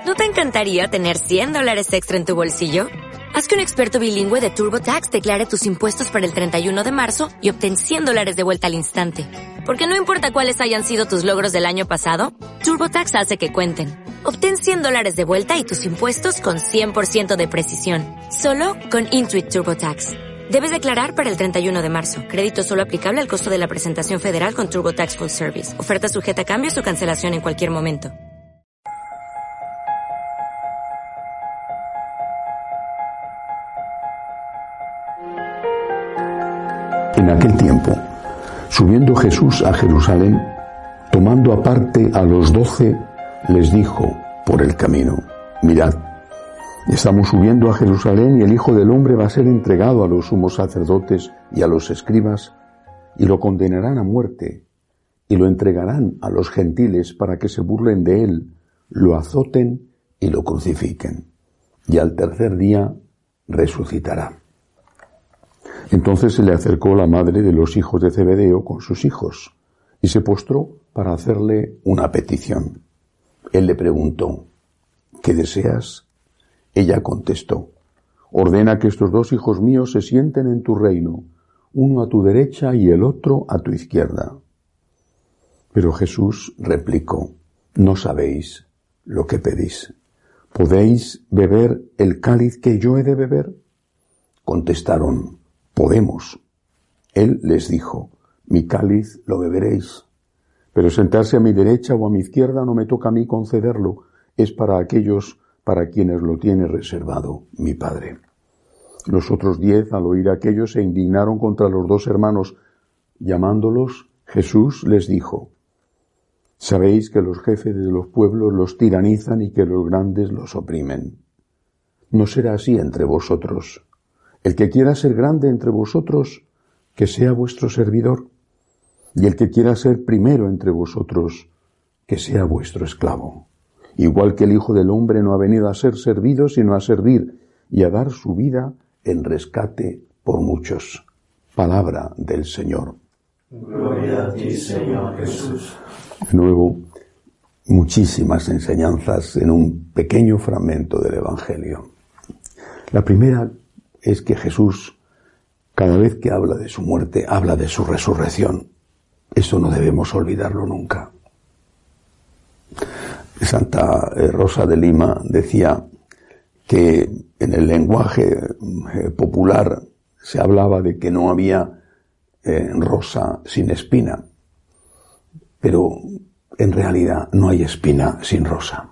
¿No te encantaría tener $100 extra en tu bolsillo? Haz que un experto bilingüe de TurboTax declare tus impuestos para el 31 de marzo y obtén $100 de vuelta al instante. Porque no importa cuáles hayan sido tus logros del año pasado, TurboTax hace que cuenten. Obtén $100 de vuelta y tus impuestos con 100% de precisión. Solo con Intuit TurboTax. Debes declarar para el 31 de marzo. Crédito solo aplicable al costo de la presentación federal con TurboTax Full Service. Oferta sujeta a cambios o cancelación en cualquier momento. En aquel tiempo, subiendo Jesús a Jerusalén, tomando aparte a los 12, les dijo por el camino: mirad, estamos subiendo a Jerusalén y el Hijo del Hombre va a ser entregado a los sumos sacerdotes y a los escribas y lo condenarán a muerte y lo entregarán a los gentiles para que se burlen de él, lo azoten y lo crucifiquen. Y al tercer día resucitará. Entonces se le acercó la madre de los hijos de Zebedeo con sus hijos y se postró para hacerle una petición. Él le preguntó: ¿qué deseas? Ella contestó: ordena que estos 2 hijos míos se sienten en tu reino, uno a tu derecha y el otro a tu izquierda. Pero Jesús replicó: no sabéis lo que pedís. ¿Podéis beber el cáliz que yo he de beber? Contestaron: podemos. Él les dijo: mi cáliz lo beberéis, pero sentarse a mi derecha o a mi izquierda no me toca a mí concederlo, es para aquellos para quienes lo tiene reservado mi Padre. Los otros 10, al oír aquello, se indignaron contra los 2 hermanos. Llamándolos, Jesús les dijo: sabéis que los jefes de los pueblos los tiranizan y que los grandes los oprimen. No será así entre vosotros. El que quiera ser grande entre vosotros, que sea vuestro servidor, y el que quiera ser primero entre vosotros, que sea vuestro esclavo. Igual que el Hijo del Hombre no ha venido a ser servido, sino a servir y a dar su vida en rescate por muchos. Palabra del Señor. Gloria a ti, Señor Jesús. De nuevo, muchísimas enseñanzas en un pequeño fragmento del Evangelio. La primera es que Jesús, cada vez que habla de su muerte, habla de su resurrección. Eso no debemos olvidarlo nunca. Santa Rosa de Lima decía que en el lenguaje popular se hablaba de que no había rosa sin espina, pero en realidad no hay espina sin rosa.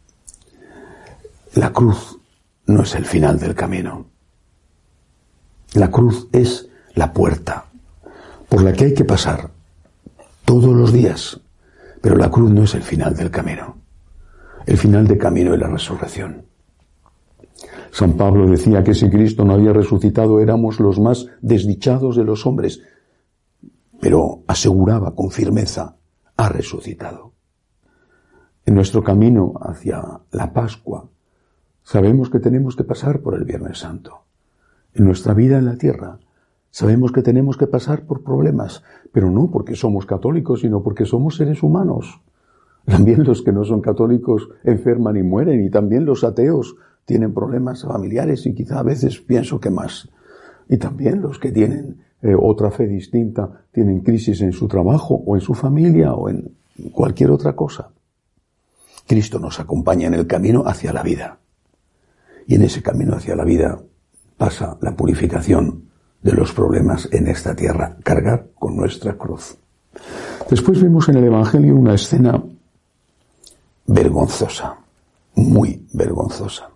La cruz no es el final del camino. La cruz es la puerta por la que hay que pasar todos los días, pero la cruz no es el final del camino. El final del camino es la resurrección. San Pablo decía que si Cristo no había resucitado éramos los más desdichados de los hombres, pero aseguraba con firmeza: ha resucitado. En nuestro camino hacia la Pascua sabemos que tenemos que pasar por el Viernes Santo. En nuestra vida en la tierra sabemos que tenemos que pasar por problemas, pero no porque somos católicos, sino porque somos seres humanos. También los que no son católicos enferman y mueren, y también los ateos tienen problemas familiares y quizá a veces pienso que más. Y también los que tienen otra fe distinta tienen crisis en su trabajo o en su familia o en cualquier otra cosa. Cristo nos acompaña en el camino hacia la vida. Y en ese camino hacia la vida pasa la purificación de los problemas en esta tierra, cargar con nuestra cruz. Después vemos en el Evangelio una escena vergonzosa, muy vergonzosa.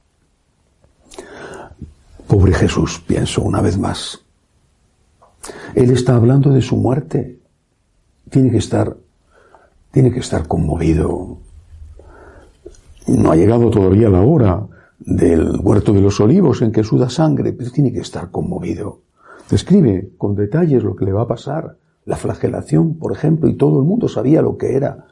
Pobre Jesús, pienso una vez más. Él está hablando de su muerte. Tiene que estar conmovido. No ha llegado todavía la hora del huerto de los olivos en que suda sangre, pero tiene que estar conmovido. Describe con detalles lo que le va a pasar, la flagelación, por ejemplo, y todo el mundo sabía lo que era.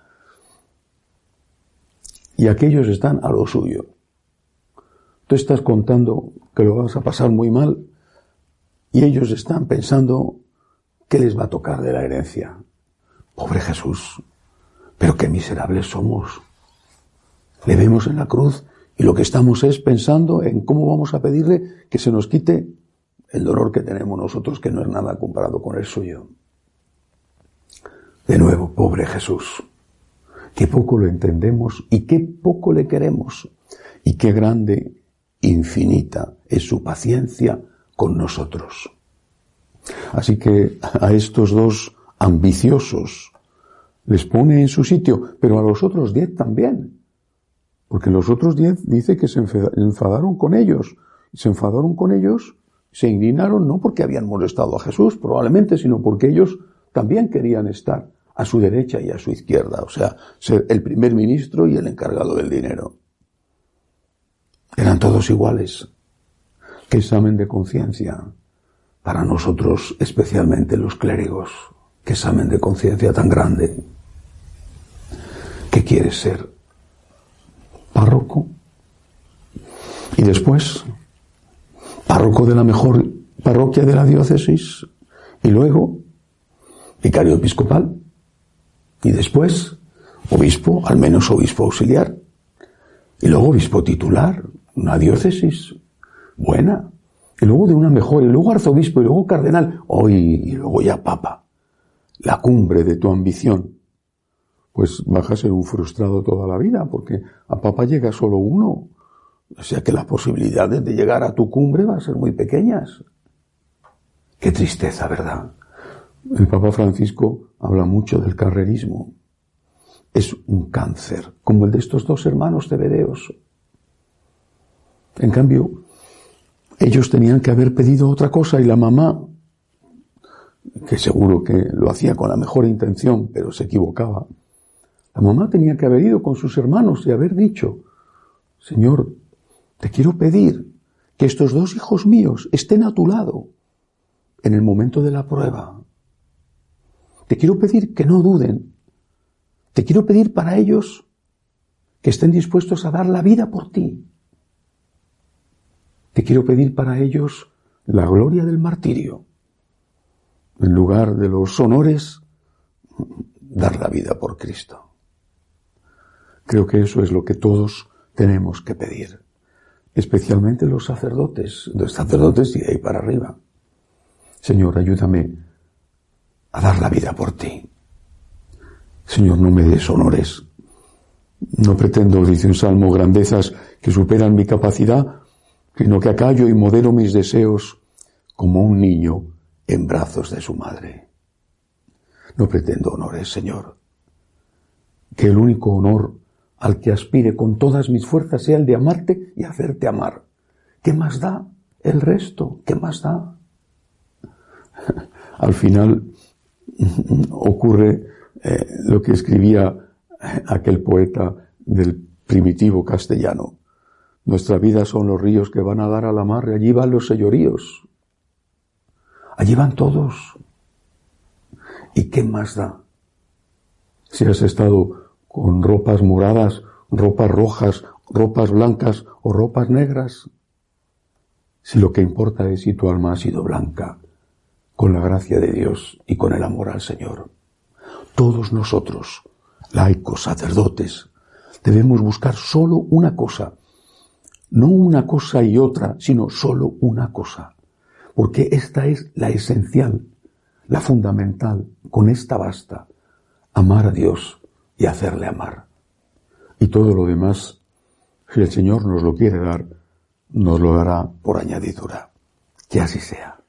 Y aquellos están a lo suyo. Tú estás contando que lo vas a pasar muy mal y ellos están pensando qué les va a tocar de la herencia. Pobre Jesús, pero qué miserables somos. Le vemos en la cruz y lo que estamos es pensando en cómo vamos a pedirle que se nos quite el dolor que tenemos nosotros, que no es nada comparado con el suyo. De nuevo, pobre Jesús, qué poco lo entendemos y qué poco le queremos, y qué grande, infinita es su paciencia con nosotros. Así que a estos dos ambiciosos les pone en su sitio, pero a los otros 10 también. Porque los otros 10 dice que se enfadaron con ellos. Se enfadaron con ellos, se indignaron no porque habían molestado a Jesús, probablemente, sino porque ellos también querían estar a su derecha y a su izquierda. O sea, ser el primer ministro y el encargado del dinero. Eran todos iguales. Qué examen de conciencia para nosotros, especialmente los clérigos. Qué examen de conciencia tan grande. ¿Qué quieres ser? Párroco. Y después, párroco de la mejor parroquia de la diócesis. Y luego, vicario episcopal. Y después, obispo, al menos obispo auxiliar. Y luego obispo titular, una diócesis buena. Y luego de una mejor, y luego arzobispo, y luego cardenal. Y luego ya papa. La cumbre de tu ambición. Pues vas a ser un frustrado toda la vida, porque a papa llega solo uno. O sea que las posibilidades de llegar a tu cumbre van a ser muy pequeñas. Qué tristeza, ¿verdad? El Papa Francisco habla mucho del carrerismo. Es un cáncer, como el de estos dos hermanos zebedeos. En cambio, ellos tenían que haber pedido otra cosa y la mamá, que seguro que lo hacía con la mejor intención, pero se equivocaba. La mamá tenía que haber ido con sus hermanos y haber dicho: Señor, te quiero pedir que estos dos hijos míos estén a tu lado en el momento de la prueba. Te quiero pedir que no duden. Te quiero pedir para ellos que estén dispuestos a dar la vida por ti. Te quiero pedir para ellos la gloria del martirio. En lugar de los honores, dar la vida por Cristo. Creo que eso es lo que todos tenemos que pedir. Especialmente los sacerdotes y de ahí para arriba. Señor, ayúdame a dar la vida por ti. Señor, no me des honores. No pretendo, dice un salmo, grandezas que superan mi capacidad, sino que acallo y modero mis deseos como un niño en brazos de su madre. No pretendo honores, Señor. Que el único honor al que aspire con todas mis fuerzas sea el de amarte y hacerte amar. ¿Qué más da el resto? ¿Qué más da? Al final ocurre lo que escribía aquel poeta del primitivo castellano. Nuestra vida son los ríos que van a dar a la mar y allí van los señoríos. Allí van todos. ¿Y qué más da? Si has estado con ropas moradas, ropas rojas, ropas blancas o ropas negras. Si lo que importa es si tu alma ha sido blanca, con la gracia de Dios y con el amor al Señor. Todos nosotros, laicos, sacerdotes, debemos buscar solo una cosa. No una cosa y otra, sino solo una cosa. Porque esta es la esencial, la fundamental. Con esta basta. Amar a Dios y hacerle amar. Y todo lo demás, si el Señor nos lo quiere dar, nos lo dará por añadidura. Que así sea.